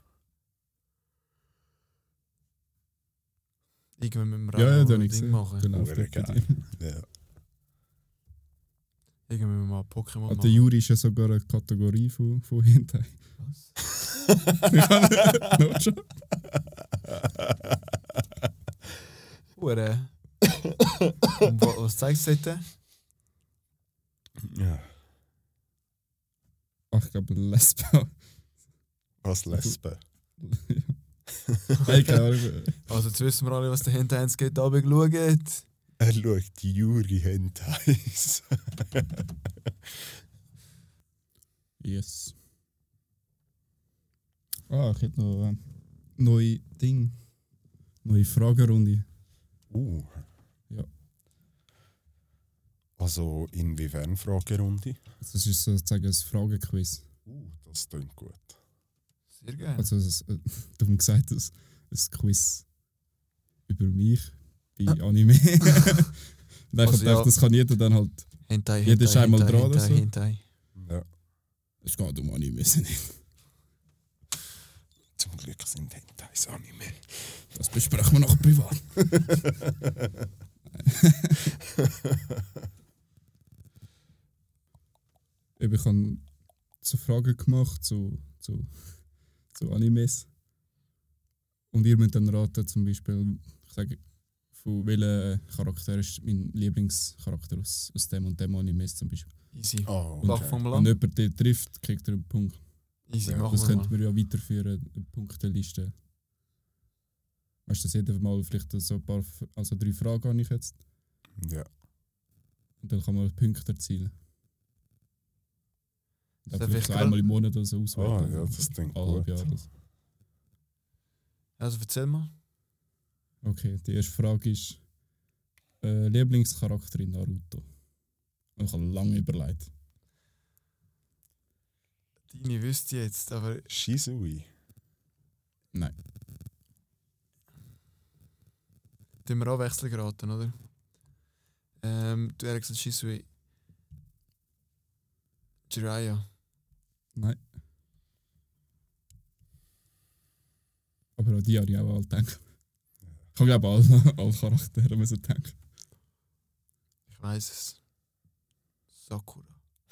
Irgendwann müssen wir Ja, ja, auch da ein habe ich Ding gesehen. machen. Der läuft Hure dort bei geil. dir. Ja. Irgendwann müssen wir mal Pokémon Ah, der machen. Juri ist ja sogar eine Kategorie von, von Hentai. Was? No joke. Hure. Und wa- was zeigst du heute? Ja. Ach, ich glaube, Lesbe. Was Lesben? Hey, keine Ahnung. Also jetzt wissen wir alle, was der Hentai eins geht, aber schaut. Er schaut die Juri Hentais. Yes. Ah, ich hätte noch ein neue Ding. Neue Fragerunde. Uh. Ja. Also inwiefern Fragerunde? Das ist sozusagen ein Fragequiz. Uh, das klingt gut. Sehr gerne. Also, es, äh, darum gesagt, es ein Quiz über mich bei Ah. Anime. Und ich Also, also, gedacht, ja. das kann jeder dann halt. Hentai, Jeder ist Hentai, einmal Hentai, dran oder Hentai, so. Hentai. Ja. Es geht um Anime, nicht. Zum Glück sind Hentais Anime. Das besprechen wir nachher privat. Eben, ich habe so Fragen gemacht zu, zu, zu Animes. Und ihr müsst dann raten, zum Beispiel, ich sage, von welchem Charakter ist mein Lieblingscharakter aus, aus dem und dem Animes zum Beispiel. Easy. Oh, Lach okay. vom Wenn Land. jemand den trifft, kriegt er einen Punkt. Easy, Ja, machen Das wir könnten mal. wir ja weiterführen, eine Punkteliste. Weißt du, dass jeder mal vielleicht so ein paar, also drei Fragen habe ich jetzt. Ja. Und dann kann man Punkte erzielen. Ja, Darf vielleicht ich so einmal im Monat oder so auswählen. Ah, ja, das klingt Alle halbe gut. Jahr oder so. Also erzähl mal. Okay, die erste Frage ist äh, Lieblingscharakter in Naruto. Und ich habe lange überlegt. Deine wüsste ich jetzt, aber Shisui. Nein, tun wir auch wechseln geraten, oder? Ähm, du hast gesagt Shisui. Jiraiya. nein. Aber an die habe ich auch alle gedacht. Ich habe glaube alle, alle Charaktere müssen denken. Ich weiß es. Sakura.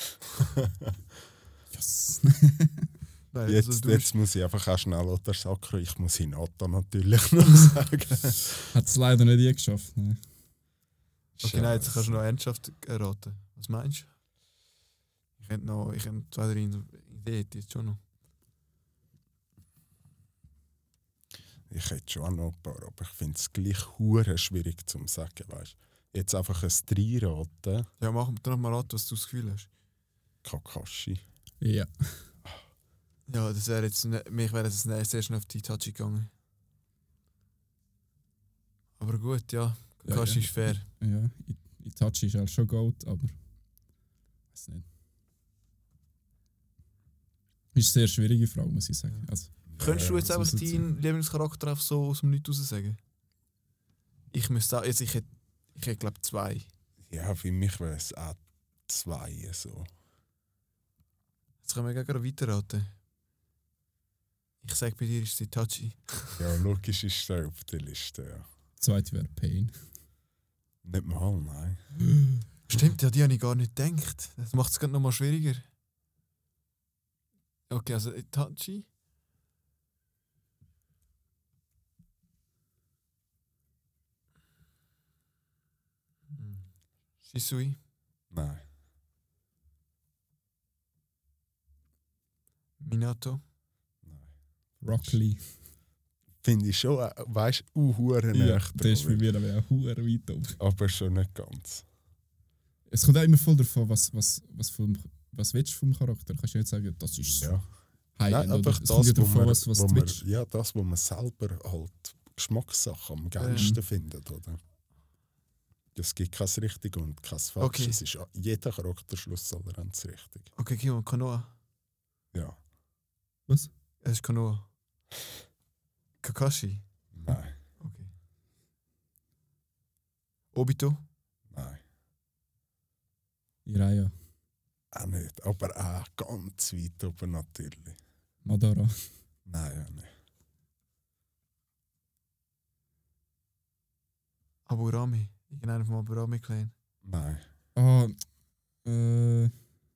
Yes! Nein, Jetzt, also du jetzt muss ich einfach auch schnell oder Sakura. Ich muss Hinata natürlich noch sagen. Hat es leider nicht je geschafft. Nein. Okay, nein, jetzt kannst du noch ernsthaft erraten. Was meinst du? Ich hätte noch, ich hätte zwei, drei Ideen, jetzt schon noch. Ich hätte schon auch noch ein paar, aber ich finde es gleich hure schwierig zu sagen. Weißt? Jetzt einfach ein drei raten. Ja, mach mir noch mal raten, was du das Gefühl hast. Kakashi. Ja. Ja, das wäre jetzt, ne, mich wäre es sehr schnell auf die Itachi gegangen. Aber gut, ja, Kakashi Ja, ja. ist fair. Ja, I- Itachi ist halt schon Gold, aber. Weiß nicht. Ist eine sehr schwierige Frage, muss ich sagen. Also, Könntest du jetzt das einfach muss jetzt deinen Lieblingscharakter einfach so aus dem Nichts raus sagen? Ich müsste auch, also ich hätte, ich hätte glaube zwei. Ja, für mich wäre es auch zwei. So. Jetzt können wir gerade weiterraten. Ich sage, bei dir ist es Itachi. Ja, logisch ist der auf der Liste. Ja. zweite wäre Pain. Nicht mal, nein. Stimmt, ja, die habe ich gar nicht gedacht. Das macht es gerade noch mal schwieriger. Okay, also Itachi. Hm. Shisui. Nein. Minato. Rock Lee. Finde ich schon, äh, weißt du, uh, hure Ja, näher der ist bei dran, mir aber auch hure weit oben. aber schon nicht ganz. Es kommt auch immer voll davon, was, was, was, vom, was willst du vom Charakter. Kannst du nicht sagen, das ist Ja. High-End. Nein, oder einfach es das, kommt ja wo davon, man, was, was wo du man, willst. ja, das, wo man selber halt Geschmackssachen am geilsten findet, oder? Es gibt kein richtig und kein falsch. Okay. Es ist jeder Charakterschluss allerhand richtig. Okay, Kimo, Konoha. Ja. Was? Es ist Konoha. Kakashi. Nein. Okay. Obito. Nein. Jiraiya. Auch nicht. Aber auch ganz weit oben natürlich. Madara. Nein, auch nicht. Aburami. Irgendeiner vom Aburami-Clan. Nein. Ah, äh.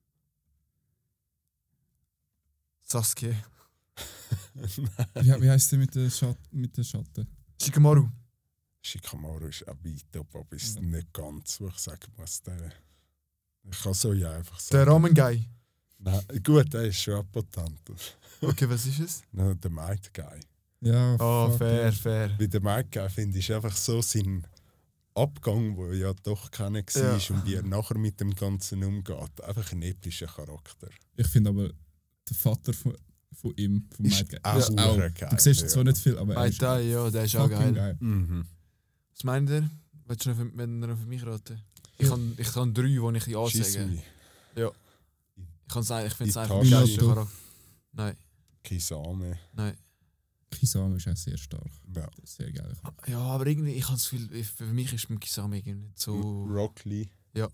Sasuke. Wie, wie heisst der mit den Schat mit den Schatten? Shikamaru. Shikamaru ist auch weit oben, aber ist Ja. nicht ganz, wo ich sagen muss. Der, ich kann so ja einfach Der sagen. Ramen-Guy. Nein, gut, der ist schon potent. Okay, was ist es? Nein, der Might Guy. Ja, Oh, fuck, fair, ja. fair. Bei dem Might Guy finde ich einfach so sein Abgang, wo ja doch keiner war Ja. und wie er nachher mit dem Ganzen umgeht. Einfach ein epischer Charakter. Ich finde aber, der Vater von, von ihm, von Ist Mike, auch ist auch. hure geil, Du siehst ja. zwar nicht viel, aber er Mai ist Tai, ja, der ist auch fucking geil. geil. Mhm. Was meint ihr? Willst du noch für, wenn ihr noch für mich raten? Ich kann, ich kann drei, die ich ja sagen. Shisui. Ich kann sagen, ich finde es Itachi. einfach ein geilster Minato. Charakter. Nein. Kisame. Nein. Kisame ist auch sehr stark. Ja. Das ist sehr geil. Ja, aber irgendwie, ich habe das Gefühl, für mich ist mit Kisame irgendwie nicht so... Rock Lee. Ja.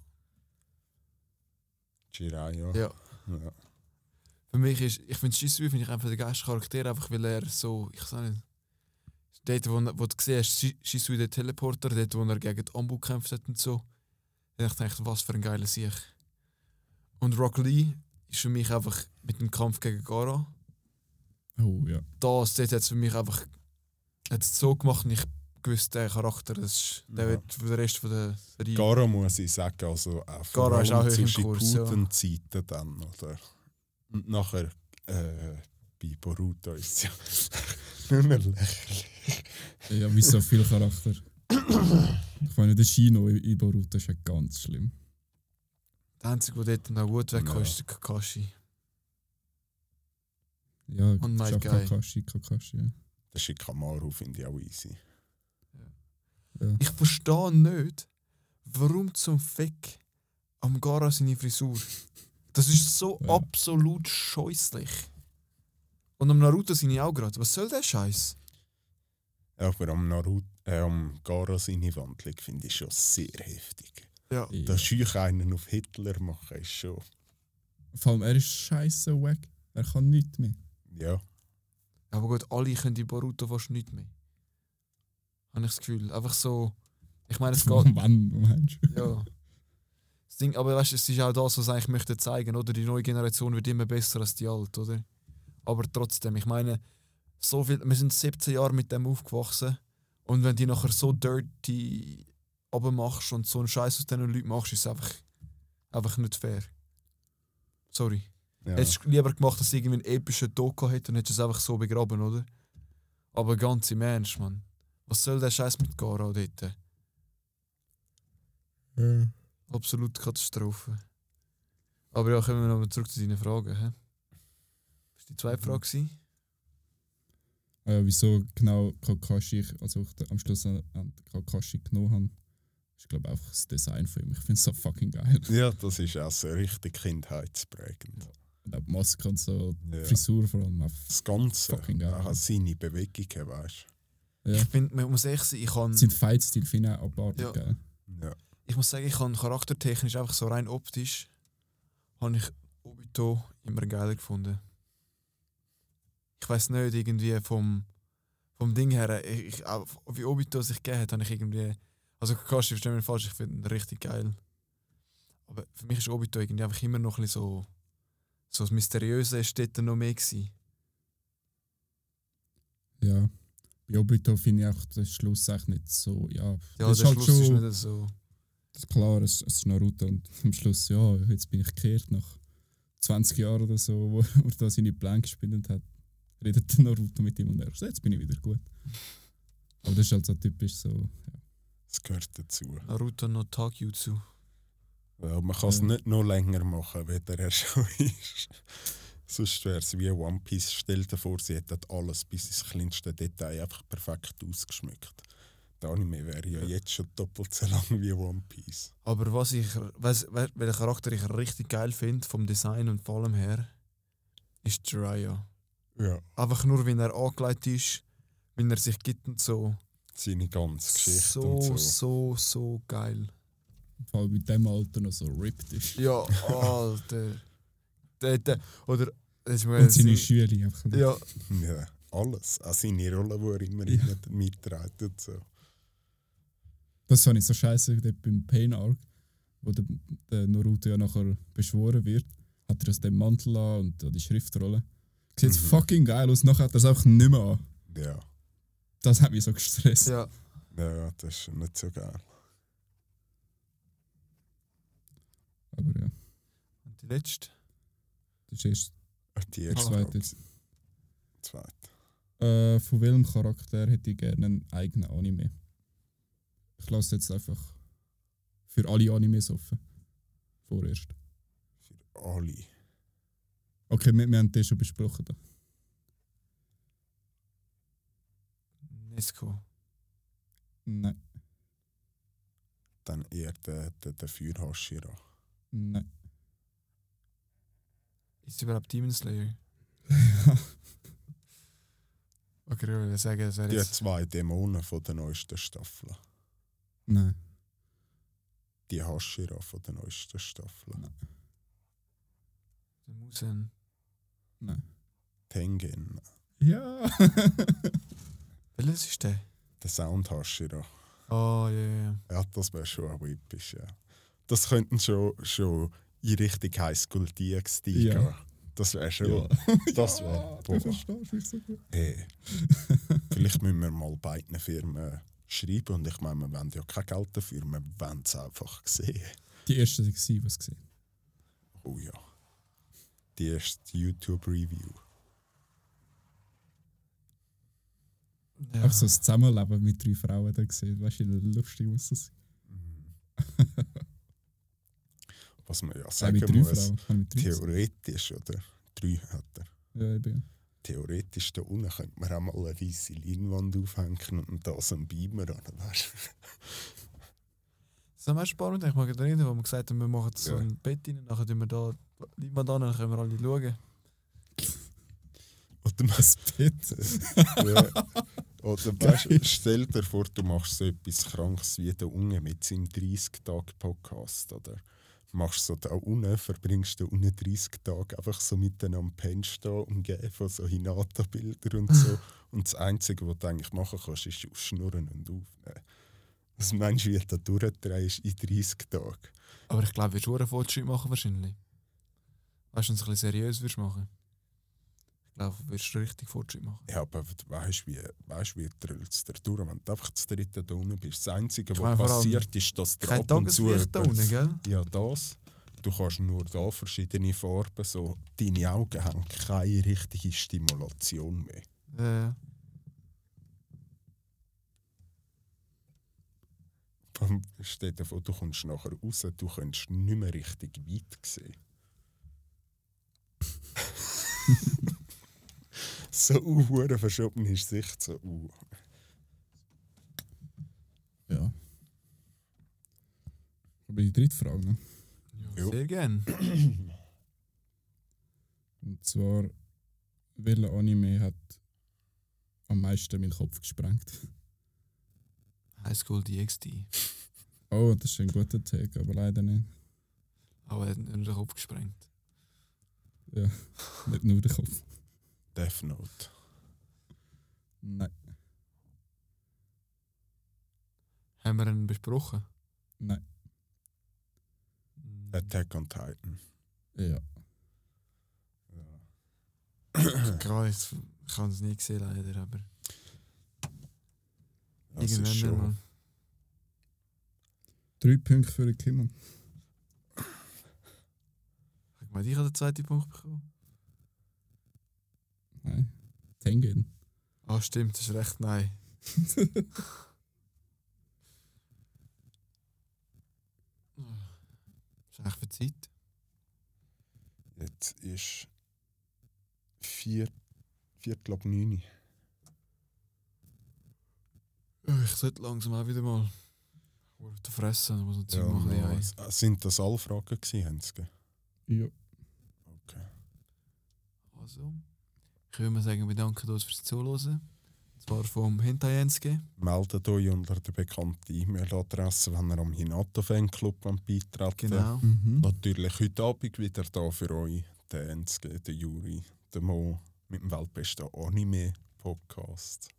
Jiraiya. Ja. Ja. Für mich ist, ich finde Shisui finde ich einfach der geilste Charakter, einfach weil er so, ich sag nicht, dort wo, wo du gesehen hast, Shi- Shisui der Teleporter, dort wo er gegen die Ambu gekämpft hat und so, da hab ich gedacht, was für ein geiler Sieg. Und Rock Lee ist für mich einfach mit dem Kampf gegen Gaara, Oh ja. das dort hat es für mich einfach hat's so gemacht und ich gewusst, der Charakter, das ist, der Ja. wird für den Rest von der Serie... Gaara muss ich sagen, also auch vor Gaara ist auch allem hoch zu im Kurs, ja. Shippuden-Zeiten dann, oder? Und nachher äh, bei Boruto ist es ja nur mehr lächerlich. Ja, wie so viele Charakter. Ich meine, der Shino in in Boruto ist ja ganz schlimm. Der Einzige, der dort noch gut wegkommt, Ja. ist der Kakashi. Ja, Und ist Might auch Guy. Kakashi, Kakashi, ja. Der Shikamaru finde ich auch easy. ja. Ich verstehe nicht, warum zum Fick am Gaara seine Frisur. Das ist so Ja. absolut scheußlich. Und am Naruto seine auch gerade. Was soll der Scheiß? Aber am Naruto, äh, am Gaara seine Wandlung finde ich schon sehr heftig. Ja. Ja. Da schüch einen auf Hitler machen ist schon. Vor allem, er ist scheiße wack. Er kann nichts mehr. Ja. Aber gut, alle können die Boruto fast nicht mehr. Habe ich das Gefühl. Einfach so. Ich meine, es geht. Wann, meinst du? Ja. Das Ding, aber weißt, es ist auch das, was ich eigentlich möchte zeigen, oder? Die neue Generation wird immer besser als die alte, oder? Aber trotzdem, ich meine, so viel, wir sind siebzehn Jahre mit dem aufgewachsen und wenn du nachher so dirty machst und so einen Scheiß aus diesen Leuten machst, ist es einfach, einfach nicht fair. Sorry. ja. Hättest du lieber gemacht, dass es irgendwie einen epischen Doku hätte und hättest es einfach so begraben, oder? Aber ganz im Ernst, Mann. Was soll der Scheiß mit Gaara dort? Ja. Absolute Katastrophe. Aber ja, kommen wir nochmal zurück zu deinen Fragen. Hä? Das war die zweite Frage. gewesen? Ah ja, wieso genau Kakashi, ich- also ich da- am Schluss an, an Kakashi genommen habe, ist glaube ich einfach das Design von ihm. Ich finde es so fucking geil. ja, das ist auch so richtig kindheitsprägend. Und auch die Maske und so, die Ja. Frisur vor allem. Auch Das Ganze, Fucking geil. auch seine Bewegungen, weißt Ja. Ich find, man muss echt sein, ich kann, Sein Fight-Stil finde ich auch abartig Ja. geil. du? Ja. ich muss sagen, ich kann charaktertechnisch einfach so rein optisch, habe ich Obito immer geiler gefunden. Ich weiß nicht, irgendwie vom, vom Ding her, ich, ich, auch wie Obito sich gegeben hat, habe ich irgendwie, also Kakashi, versteh mich nicht falsch, ich finde ihn richtig geil. Aber für mich ist Obito irgendwie einfach immer noch ein bisschen so, so das Mysteriöse ist dort noch mehr gewesen. Ja. Bei Obito finde ich auch den Schluss echt nicht so. Ja, Ja, das der ist halt Schluss ist schon nicht so. das ist klar, es, es ist Naruto und am Schluss, ja, jetzt bin ich gekehrt nach zwanzig Jahren oder so, wo er da seine Pläne gespielt hat. Redet der Naruto mit ihm und er sagt, jetzt bin ich wieder gut. Aber das ist halt so typisch so. Ja. Das gehört dazu. Naruto no Takyutsu. Ja, man kann es Ja. nicht noch länger machen, wie der er schon ist. Sonst wäre es wie One Piece. Stell dir vor, sie hätten alles bis ins kleinste Detail einfach perfekt ausgeschmückt. Der Anime wäre ja jetzt schon doppelt so lang wie One Piece. Aber was ich, was, welchen Charakter ich richtig geil finde, vom Design und vor allem her, ist Jiraiya. Ja. Einfach nur, wie er angelegt ist, wie er sich gibt und so. Seine ganze Geschichte So, und so. so, so geil. Vor allem mit dem Alter noch so ripped ist. Ja, Alter. der, der, oder, das ist mir Und seine sie- Schüler einfach. Ja, Ja, alles. Auch seine Rolle, die er immer Ja. ja. mitträgt und so. Das fand ich so scheiße dort beim Pain Arc, wo der, der Naruto ja nachher beschworen wird. Hat er aus dem Mantel an und an die Schriftrolle. Sieht Mhm. fucking geil aus, nachher hat er es einfach nicht mehr an. Ja. Das hat mich so gestresst. ja. Ja, das ist nicht so geil. Aber ja, Und die letzte? das ist erst Die der erste Ah. zweite. Frage. Zweite. Äh, von welchem Charakter hätte ich gerne einen eigenen Anime? Ich lasse jetzt einfach für alle Animes offen. Vorerst. Für alle. Okay, wir, wir haben das schon besprochen. Da. Nesco. Nein, Dann eher der, der, der Feuerhashira. nein. Ist es überhaupt Demon Slayer? gerade sagen, das wäre Die jetzt... zwei Dämonen von der neuesten Staffel. Nein. Die Hashira von der neuesten Staffel. Der Musen. Nein. Tengen. Ja. Welches ist der? Der Sound Hashira. Oh, ja, ja. Ja, das wäre schon auch episch, ja. Das könnten schon, schon in Richtung Highschool-D X-D Ja. gehen. Das wäre schon... Ja. Das Ja, wäre... du verstehst mich so gut. Hey. Vielleicht müssen wir mal beiden Firmen schreiben und ich meine, wir wollen ja kein Geld dafür, wir wollen es einfach sehen. Die erste war, die was gesehen. Oh ja. Die erste YouTube-Review. ja. Einfach so das Zusammenleben mit drei Frauen da gesehen. Weißt du, wie lustig muss das sein? Was man ja Äh, sagen mit drei muss, Frauen. Äh, mit drei gesagt. theoretisch, oder? Drei hat er. Ja, eben. Theoretisch da unten könnte man auch mal eine weisse Leinwand aufhängen und da so einen Beamer an, weißt du? Das ist am spannend, ich mag mich erinnern, wo wir gesagt haben, wir machen so Ja. ein Bett rein, nachher tun wir da Leinwand an, dann können wir alle schauen. Oder, man, Das Bett. ja. Oder weißt, du, stell dir vor, du machst so etwas Krankes wie der Unge mit seinem dreißig-Tage-Podcast, oder? Machst so da unten, verbringst du unten dreißig Tage einfach so miteinander pennst da umgeben von so Hinata-Bildern und so. Und das Einzige, was du eigentlich machen kannst, ist ausschnurren und aufnehmen. Was meinst du, wie du da durchdrehst in dreißig Tagen? Aber ich glaube, wir würden einen Fortschritt machen wahrscheinlich. Weißt du, wenn du es ein bisschen seriös würdest machen? Ich glaube, du würdest richtig Fortschritt machen. Ja, aber weißt du, wie, weißt, wie drückt es dir durch, wenn du einfach das dritte da unten bist? Das Einzige, Ich was meine, vor allem passiert, ist, dass dir Kein ab und zu... Tageslicht da jemand- unten, gell? Ja, das. Du kannst nur da verschiedene Farben, so deine Augen haben keine richtige Stimulation mehr. Äh, Stell dir vor, du kommst nachher raus, du kannst nicht mehr richtig weit sehen. So uh, verschobene Sicht, so uh. Ja. Aber die dritte Frage, ne? ja, Jo. sehr gern. Und zwar, welcher Anime hat am meisten meinen Kopf gesprengt? Highschool D X D. Oh, das ist ein guter Tag, aber leider nicht. Aber er hat nicht nur den Kopf gesprengt. Ja, nicht nur den Kopf. Death Note. Nein, Haben wir ihn besprochen? nein. Attack on Titan. Ja. Krass, ich habe es nie gesehen leider, aber Das ist irgendwann schon... mal. Drei Punkte für den Kimon. Ich meine, ich habe den zweiten Punkt bekommen. Nein. Tengen. Ah, stimmt, das ist recht, nein. Was ist eigentlich für Zeit? Jetzt ist vier, Viertel ab neun. Ja, ich sollte langsam auch wieder mal auf der Fresse, muss noch Zeug machen. Ja, Ja, no. Sind das alle Fragen gewesen, Henske? Ja. Okay. also, ich würde mal sagen, wir danken uns fürs Zuhören. Zwar vom Hentai-Enske. Meldet euch unter der bekannten E-Mail-Adresse, wenn ihr am Hinato-Fanclub beitreten. Genau. Mhm. Natürlich heute Abend wieder da für euch, der Enske, der Juri, der Mo mit dem weltbesten Anime-Podcast.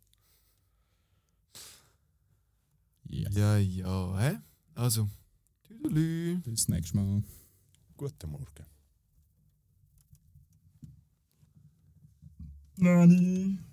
Ja. Ja, ja, hä? Also, tüdelü. Bis nächstes Mal. Guten Morgen. Nani.